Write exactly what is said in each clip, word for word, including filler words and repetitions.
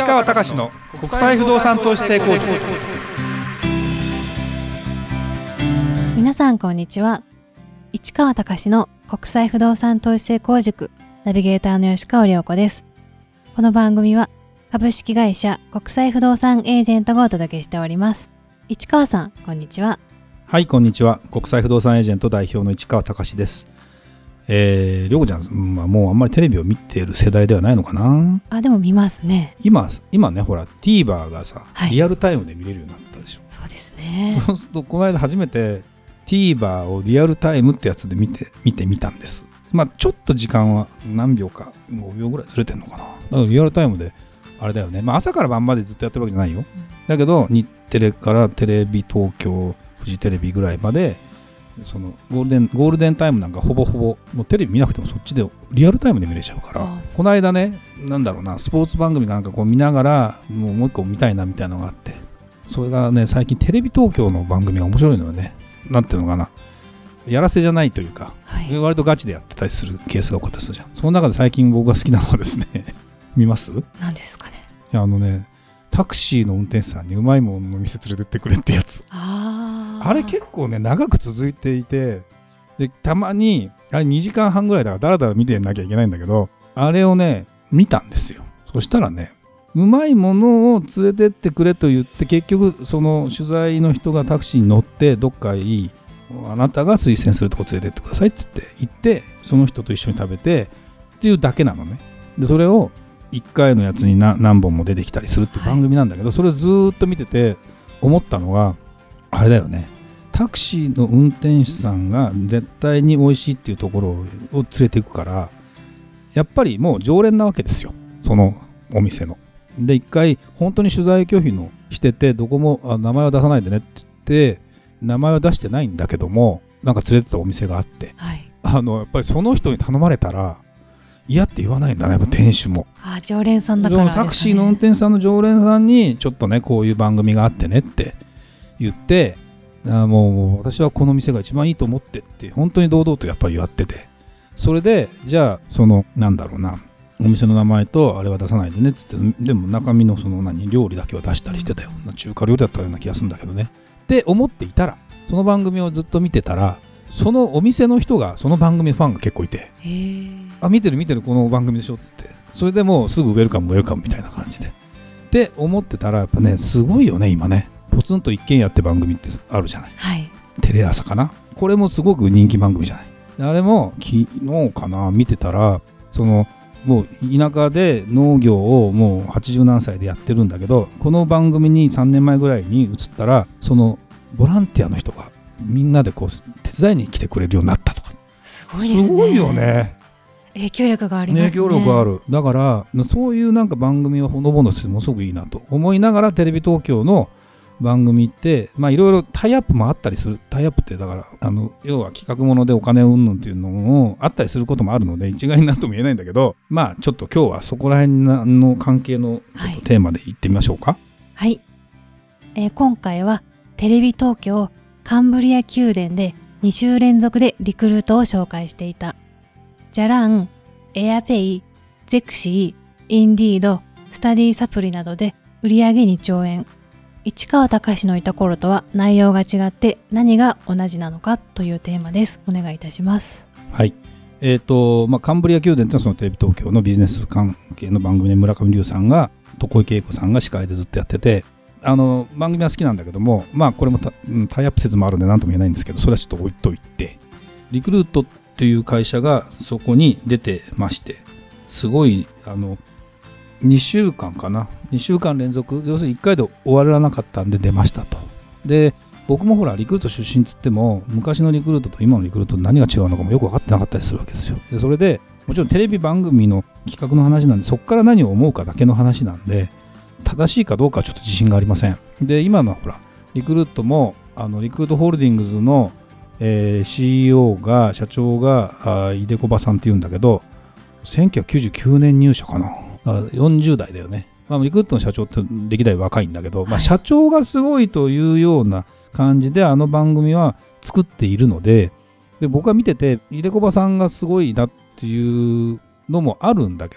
川隆の国際不動産投資成功塾。 皆さんこんにちは。市川隆の国際不動産投資成功塾ナビゲーターの吉川良子です。この番組は株式会社国際不動産エージェントがお届けしております。市川さんこんにちは。 はい、こんにちは。国際不動産エージェント代表の市川隆です。えー、りょうこちゃん、まあ、もうあんまりテレビを見ている世代ではないのかな。 あ、でも見ますね。 今今ね、ほら TVer がさ、 はい、 リアルタイムで見れるようになったでしょ。 そうですね。 そうするとこの間初めて TVer をリアルタイムってやつで見て見てみたんです。まあちょっと時間は何秒かごびょうぐらいずれてんのかな。だからリアルタイムであれだよね、まあ、朝から晩までずっとやってるわけじゃないよ、うん、だけど日テレからテレビ東京フジテレビぐらいまでそのゴールデンゴールデンタイムなんかほぼほぼもうテレビ見なくてもそっちでリアルタイムで見れちゃうから、この間ね、なんだろうな、スポーツ番組なんかこう見ながらもうもう一個見たいなみたいなのがあって、それがね、最近テレビ東京の番組が面白いのよね。なんていうのかな、やらせじゃないというか、はい、割とガチでやってたりするケースが多かったりするじゃん。その中で最近僕が好きなのはですね見ます？ 何ですかね。 いや、あのね、タクシーの運転手さんにうまいものの店連れてってくれってやつ。ああれ結構ね長く続いていて、でたまにあれにじかんはんぐらいだからだらだら見てなきゃいけないんだけど、あれをね見たんですよ。そしたらね、うまいものを連れてってくれと言って、結局その取材の人がタクシーに乗ってどっかいいあなたが推薦するとこ連れてってくださいっつって言って、その人と一緒に食べてっていうだけなのね。でそれをいっかいのやつに何本も出てきたりするっていう番組なんだけど、はい、それをずっと見てて思ったのがあれだよね。タクシーの運転手さんが絶対に美味しいっていうところを連れていくから、やっぱりもう常連なわけですよ、そのお店の。で一回本当に取材拒否のしてて、どこもあ名前は出さないでねって言って名前は出してないんだけども、なんか連れてたお店があって、はい、あのやっぱりその人に頼まれたら嫌って言わないんだね、やっぱ店主も。 あ、常連さんだからですね。 タクシーの運転手さんの常連さんにちょっとねこういう番組があってねって言って、あもう、もう私はこの店が一番いいと思ってって本当に堂々とやっぱりやってて、それでじゃあそのなんだろうな、お店の名前とあれは出さないでねっつって、でも中身のその何料理だけは出したりしてたよ、うん、中華料理だったような気がするんだけどねって思っていたら、その番組をずっと見てたら、そのお店の人がその番組ファンが結構いて、へー、あ見てる見てるこの番組でしょっつって、それでもうすぐウェルカムウェルカムみたいな感じでって思ってたら、やっぱねすごいよね今ね。ポツンと一軒家って番組ってあるじゃない、はい、テレ朝かな。これもすごく人気番組じゃない。あれも昨日かな見てたら、そのもう田舎で農業をもうはちじゅうなんさいでやってるんだけど、この番組にさんねんまえぐらいに移ったら、そのボランティアの人がみんなでこう手伝いに来てくれるようになったとか。 すごいですね。 すごいよね。 影響力がありますね。 影響力がある。だからそういうなんか番組はほのぼのしてもすごくいいなと思いながら、テレビ東京の番組ってまあいろいろタイアップもあったりする。タイアップってだからあの要は企画ものでお金をうんぬんっていうのもあったりすることもあるので、一概になんとも言えないんだけど、まあちょっと今日はそこら辺の関係のちょっとテーマでいってみましょうか。 はい、えー、今回はテレビ東京カンブリア宮殿でに週連続でリクルートを紹介していたじゃらん、エアペイ、ゼクシー、インディード、スタディサプリなどで売上にちょうえん。市川隆のいた頃とは内容が違って何が同じなのかというテーマです。お願いいたします。 はい、えーとまあ、カンブリア宮殿というのはそのテレビ東京のビジネス関係の番組で、村上龍さんがと小池栄子さんが司会でずっとやってて、あの番組は好きなんだけども、まあこれも タ, タイアップ説もあるんで何とも言えないんですけど、それはちょっと置いといて、リクルートっていう会社がそこに出てまして、すごいあのにしゅうかんかなにしゅうかん連続、要するにいっかいで終わらなかったんで出ましたと。で僕もほらリクルート出身っつっても、昔のリクルートと今のリクルート何が違うのかもよく分かってなかったりするわけですよ。でそれでもちろんテレビ番組の企画の話なんで、そこから何を思うかだけの話なんで、正しいかどうかはちょっと自信がありません。で今のほらリクルートもあのリクルートホールディングスの、えー、シーイーオー が社長が井出小葉さんっていうんだけど、せんきゅうひゃくきゅうじゅうきゅうねん入社かな、よんじゅうだいだよね。まあ、リクルートの社長って歴代若いんだけど、はい、まあ、社長がすごいというような感じであの番組は作っているので、で僕は見てて井出小葉さんがすごいなっていうのもあるんだけど、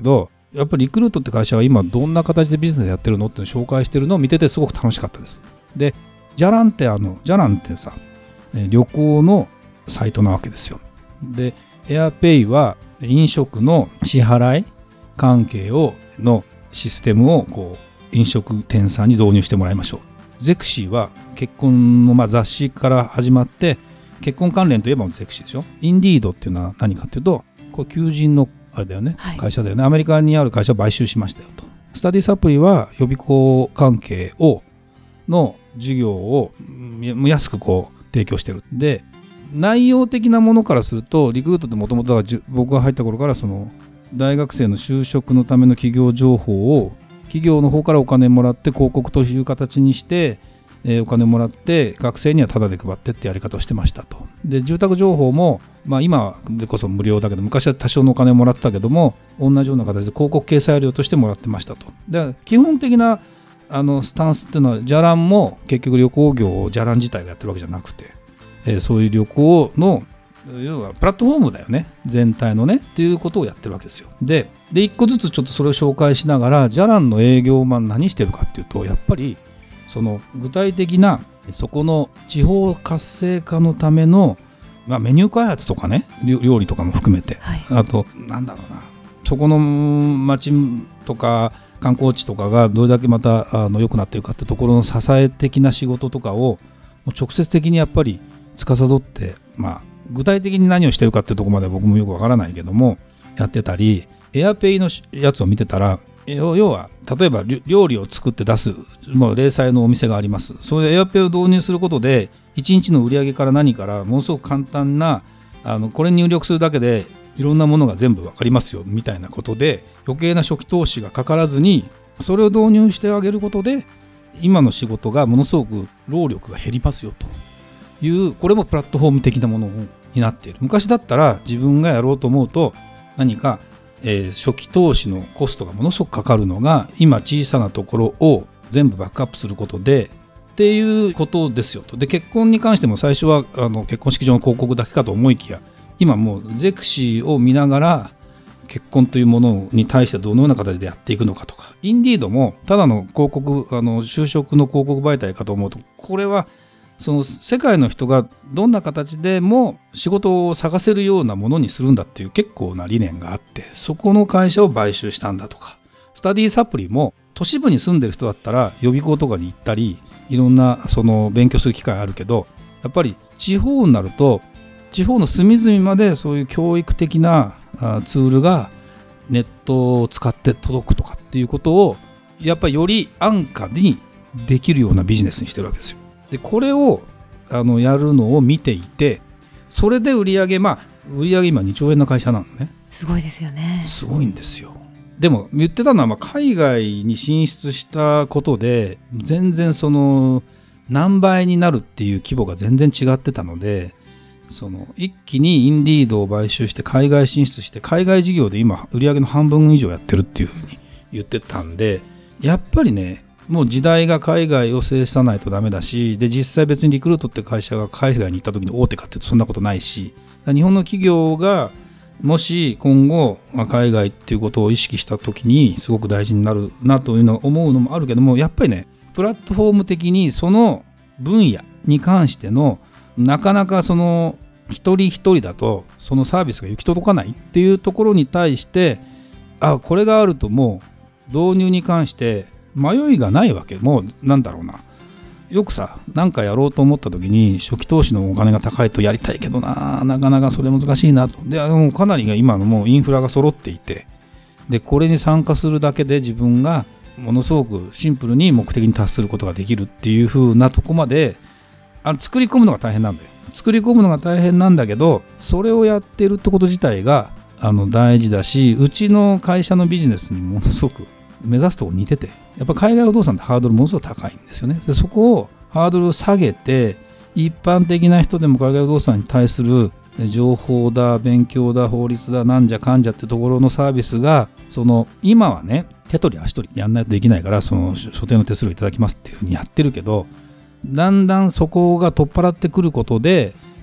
やっぱりリクルートって会社は今どんな形でビジネスやってるのって紹介してるのを見ててすごく楽しかったです。でジャランってあのジャランってさ旅行のサイトなわけですよ。でエアペイは飲食の支払い関係をのシステムをこう飲食店さんに導入してもらいましょう。ゼクシーは結婚のまあ雑誌から始まって結婚関連といえばゼクシーでしょ。インディードっていうのは何かっていうとこれ求人のあれだよね、はい、会社だよね。アメリカにある会社を買収しましたよと。スタディサプリは予備校関係をの授業を安くこう提供してる。で内容的なものからするとリクルートってもともと僕が入った頃からその大学生の就職のための企業情報を企業の方からお金もらって広告という形にして、えー、お金もらって学生にはタダで配ってってやり方をしてましたと。で住宅情報も、まあ、今でこそ無料だけど昔は多少のお金をもらってたけども同じような形で広告掲載料としてもらってましたと。で基本的なあのスタンスっていうのはジャランも結局旅行業をジャラン自体がやってるわけじゃなくて、えー、そういう旅行の要はプラットフォームだよね全体のねっていうことをやってるわけですよ。でで一個ずつちょっとそれを紹介しながらジャランの営業マン何してるかっていうとやっぱりその具体的なそこの地方活性化のための、まあ、メニュー開発とかね料理とかも含めて、はい、あとなんだろうなそこの町とか観光地とかがどれだけまたあの良くなっているかってところの支え的な仕事とかを直接的にやっぱり司って、まあ、具体的に何をしてるかってところまで僕もよくわからないけどもやってたりエアペイのやつを見てたら要は例えば料理を作って出すもう零細のお店があります。それでエアペイを導入することでいちにちの売り上げから何からものすごく簡単なあのこれ入力するだけでいろんなものが全部分かりますよみたいなことで余計な初期投資がかからずにそれを導入してあげることで今の仕事がものすごく労力が減りますよというこれもプラットフォーム的なものになっている。昔だったら自分がやろうと思うと何か、えー、初期投資のコストがものすごくかかるのが今小さなところを全部バックアップすることでっていうことですよと。で結婚に関しても最初はあの結婚式場の広告だけかと思いきや今もうゼクシーを見ながら結婚というものに対してどのような形でやっていくのかとかインディードもただの広告あの就職の広告媒体かと思うとこれはその世界の人がどんな形でも仕事を探せるようなものにするんだっていう結構な理念があってそこの会社を買収したんだとかスタディサプリも都市部に住んでる人だったら予備校とかに行ったりいろんなその勉強する機会あるけどやっぱり地方になると地方の隅々までそういう教育的なツールがネットを使って届くとかっていうことをやっぱりより安価にできるようなビジネスにしてるわけですよ。でこれをあのやるのを見ていてそれで売り上げまあ売り上げ今にちょうえんの会社なのね。 すごいですよね。 すごいんですよ。でも言ってたのはまあ海外に進出したことで全然その何倍になるっていう規模が全然違ってたのでその一気にインディードを買収して海外進出して海外事業で今売り上げの半分以上やってるっていうふうに言ってたんでやっぱりねもう時代が海外を制さないとダメだしで実際別にリクルートって会社が海外に行った時に大手かっていうとそんなことないし日本の企業がもし今後海外っていうことを意識した時にすごく大事になるなというのは思うのもあるけどもやっぱりねプラットフォーム的にその分野に関してのなかなかその一人一人だとそのサービスが行き届かないっていうところに対してあこれがあるともう導入に関して迷いがないわけ。もうなんだろうなよくさ何かやろうと思った時に初期投資のお金が高いとやりたいけどななかなかそれ難しいなとでもうかなりが今のもうインフラが揃っていてでこれに参加するだけで自分がものすごくシンプルに目的に達することができるっていう風なとこまであの作り込むのが大変なんだよ。作り込むのが大変なんだけどそれをやってるってこと自体があの大事だしうちの会社のビジネスにものすごく目指すところに似ててやっぱ海外不動産ってハードルものすごく高いんですよね。でそこをハードルを下げて一般的な人でも海外不動産に対する情報だ勉強だ法律だなんじゃかんじゃってところのサービスがその今はね手取り足取りやんないとできないからその所定の手数料いただきますっていうふうにやってるけどだんだんそこが取っ払ってくることで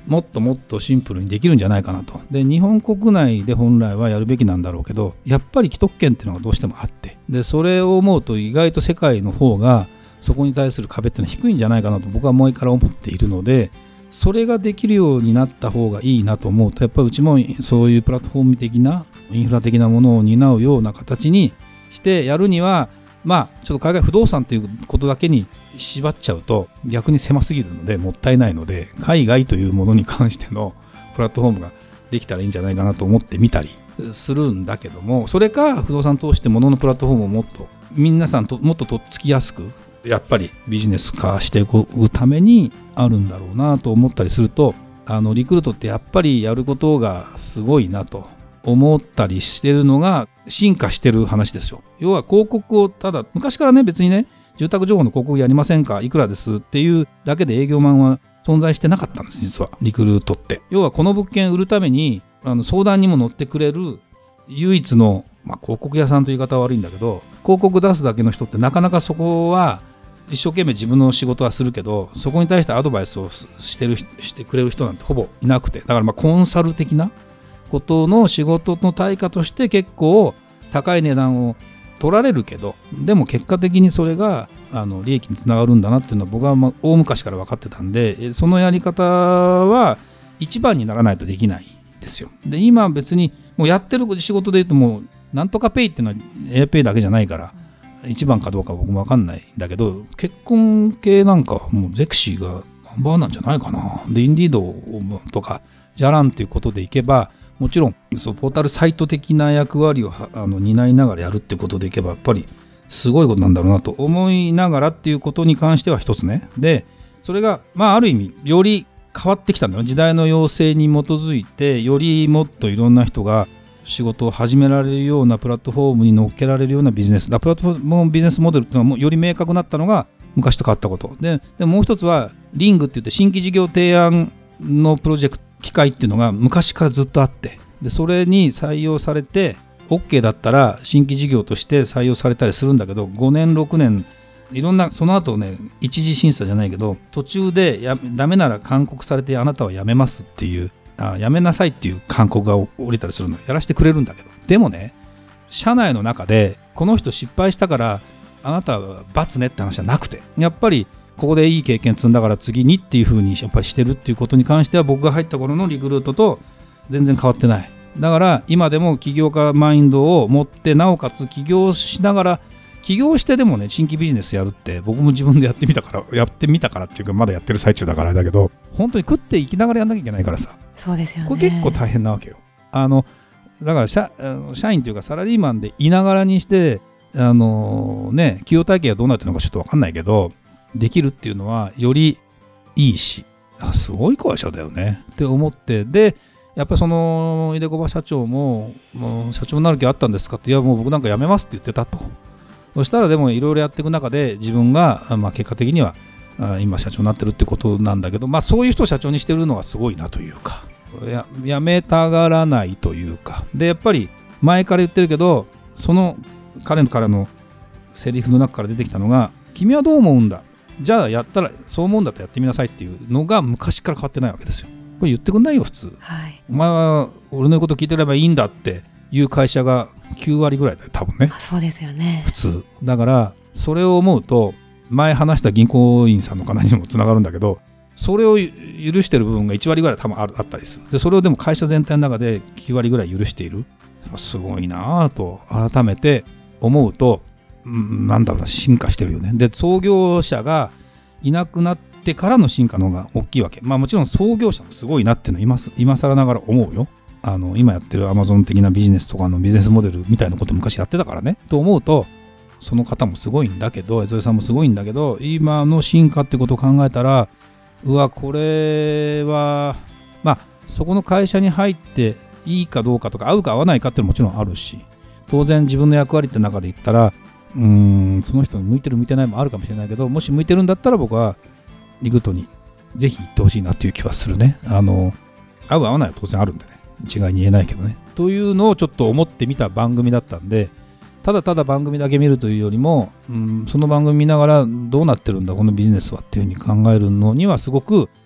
もっともっとシンプルにできるんじゃないかなと。で日本国内で本来はやるべきなんだろうけど、やっぱり既得権っていうのがどうしてもあって、でそれを思うと意外と世界の方がそこに対する壁っていうのは低いんじゃないかなと僕は前から思っているので、それができるようになった方がいいなと思うと、やっぱりうちもそういうプラットフォーム的なインフラ的なものを担うような形にしてやるには、まあちょっと海外不動産ということだけに縛っちゃうと逆に狭すぎるのでもったいないので、海外というものに関してのプラットフォームができたらいいんじゃないかなと思ってみたりするんだけども、それか不動産通してもののプラットフォームをもっと皆さんともっととっつきやすくやっぱりビジネス化していくためにあるんだろうなと思ったりすると、あのリクルートってやっぱりやることがすごいなと思ったりしてるのが進化してる話ですよ。要は広告をただ昔からね、別にね住宅情報の広告やりませんかいくらですっていうだけで営業マンは存在してなかったんです。実はリクルートって要はこの物件売るためにあの相談にも乗ってくれる唯一の、まあ、広告屋さんという言い方は悪いんだけど、広告出すだけの人ってなかなかそこは一生懸命自分の仕事はするけど、そこに対してアドバイスをしてるしてくれる人なんてほぼいなくて、だからまあコンサル的なことの仕事の対価として結構高い値段を取られるけど、でも結果的にそれがあの利益につながるんだなっていうのは僕はまあ大昔から分かってたんで、そのやり方は一番にならないとできないですよ。で今別にもうやってる仕事でいうともうなんとかペイっていうのはエアペイだけじゃないから一番かどうか僕も分かんないんだけど、結婚系なんかはもうゼクシーがナンバーなんじゃないかな。でインディードとかジャランっていうことでいけば、もちろんそうポータルサイト的な役割をあの担いながらやるってことでいけばやっぱりすごいことなんだろうなと思いながらっていうことに関しては一つね。でそれがまあある意味より変わってきたんだよ。時代の要請に基づいてよりもっといろんな人が仕事を始められるようなプラットフォームに乗っけられるようなビジネスだプラットフォームのビジネスモデルっていうのはもうより明確になったのが昔と変わったことで、でもう一つはリングって言って新規事業提案のプロジェクト機会っていうのが昔からずっとあって、でそれに採用されて OK だったら新規事業として採用されたりするんだけど、ごねんろくねんいろんなその後ね一次審査じゃないけど途中でやダメなら勧告されてあなたは辞めますっていうあやめなさいっていう勧告が降りたりするのやらせてくれるんだけど、でもね社内の中でこの人失敗したからあなたは罰ねって話じゃなくて、やっぱりここでいい経験積んだから次にっていう風にやっぱりしてるっていうことに関しては僕が入った頃のリクルートと全然変わってない。だから今でも起業家マインドを持ってなおかつ起業しながら起業してでもね新規ビジネスやるって僕も自分でやってみたからやってみたからっていうかまだやってる最中だからだけど、本当に食っていきながらやんなきゃいけないからさ。 そうですよね。 これ結構大変なわけよ。あのだから 社, 社員というかサラリーマンでいながらにしてあのね給与体系がどうなってるのかちょっと分かんないけどできるっていうのはよりいいしすごい会社だよねって思って、でやっぱりその井出小葉社長も、もう社長になる気あったんですかって、いやもう僕なんか辞めますって言ってたと。そしたらでもいろいろやっていく中で自分が、まあ、結果的には今社長になってるってことなんだけど、まあ、そういう人を社長にしてるのはすごいなというか、や辞めたがらないというかで、やっぱり前から言ってるけどその彼からのセリフの中から出てきたのが君はどう思うんだ、じゃあやったらそう思うんだったらやってみなさいっていうのが昔から変わってないわけですよ。これ言ってくんないよ普通、はい、お前は俺の言うこと聞いてればいいんだっていう会社がきゅうわりぐらいだよ多分ね。 あそうですよね普通だから、それを思うと前話した銀行員さんの方にもつながるんだけど、それを許してる部分がいちわりぐらい多分あったりする。でそれをでも会社全体の中できゅうわりぐらい許している。すごいなぁと改めて思うと、なんだろうな、進化してるよね。で創業者がいなくなってからの進化の方が大きいわけ。まあもちろん創業者もすごいなっていうのは 今, 今更ながら思うよ。あの今やってるアマゾン的なビジネスとかのビジネスモデルみたいなこと昔やってたからねと思うと、その方もすごいんだけど江添さんもすごいんだけど、今の進化ってことを考えたらうわこれはまあそこの会社に入っていいかどうかとか合うか合わないかっていうのももちろんあるし、当然自分の役割って中で言ったらうーんその人に向いてる向いてないもあるかもしれないけど、もし向いてるんだったら僕はリクルートにぜひ行ってほしいなっていう気はするね。あの合う合わないは当然あるんでね、一概に言えないけどねというのをちょっと思ってみた番組だったんで、ただただ番組だけ見るというよりも、うん、その番組見ながらどうなってるんだこのビジネスはっていうふうに考えるのにはすごく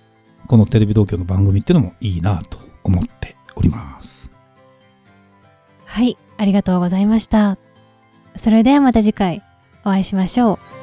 このテレビ東京の番組っていうのもいいなと思っております。 はい、ありがとうございました。それではまた次回お会いしましょう。